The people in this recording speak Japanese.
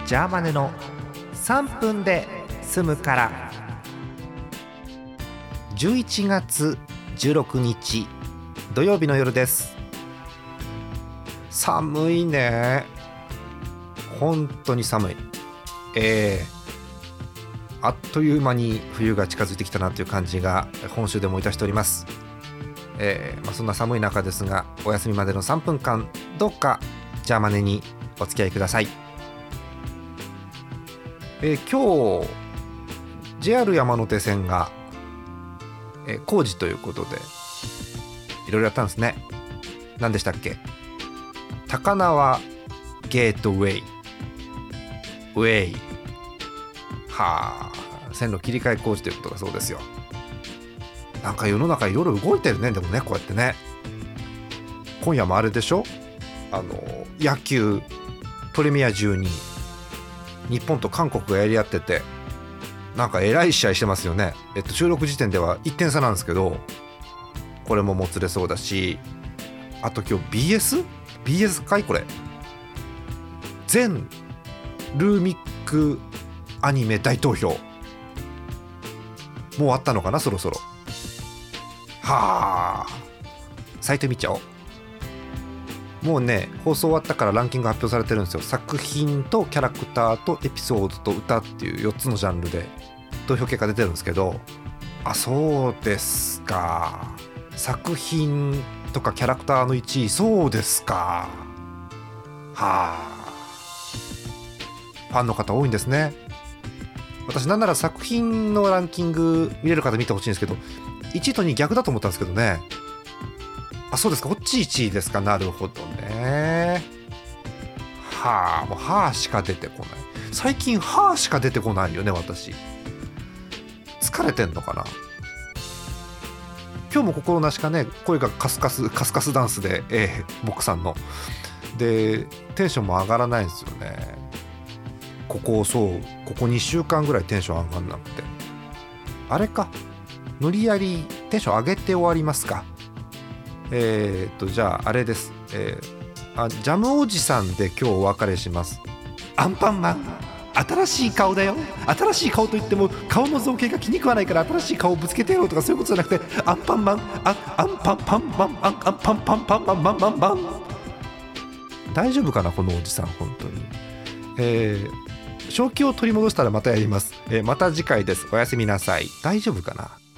ジャーマネの3分で済むから。11月16日土曜日の夜です。寒いね、本当に寒い。あっという間に冬が近づいてきたなという感じが本州でもいたしております。そんな寒い中ですが、お休みまでの3分間どうかジャーマネにお付き合いください。今日 JR 山手線が、工事ということでいろいろやったんですね。何でしたっけ？高輪ゲートウェイはあ、線路切り替え工事ということがそうですよ。なんか世の中いろいろ動いてるね。でもね、こうやってね、今夜もあれでしょ、野球プレミア12、日本と韓国がやり合ってて、なんかえらい試合してますよね。収録時点では1点差なんですけど、これももつれそうだし、あと今日 BS かい、これ全ルーミックアニメ大投票もうあったのかな、そろそろ。はあ、サイト見ちゃおう。もうね、放送終わったからランキング発表されてるんですよ。作品とキャラクターとエピソードと歌っていう4つのジャンルで投票結果出てるんですけど、あ、そうですか、作品とかキャラクターの1位、そうですか。はあ、ファンの方多いんですね。私なんなら作品のランキング見れる方見てほしいんですけど、1位と2位逆だと思ったんですけどね。あ、そうですか、こっち1位ですか。なるほどね。はあ、もうはあしか出てこない。最近はあしか出てこないよね、私。疲れてんのかな。今日も心なしかね、声がカスカスダンスで、僕さんのでテンションも上がらないんですよね。ここ2週間ぐらいテンション上がんなくて、あれか、無理やりテンション上げて終わりますか。じゃああれです、ジャムおじさんで今日お別れします。アンパンマン新しい顔だよ。新しい顔といっても顔の造形が気に食わないから新しい顔をぶつけてやろうとかそういうことじゃなくて、アンパンマンアンパンパンマンアンパンパンパンパンマンマンマンマン。大丈夫かな、このおじさん本当に。正気を取り戻したらまたやります。また次回です。おやすみなさい。大丈夫かな。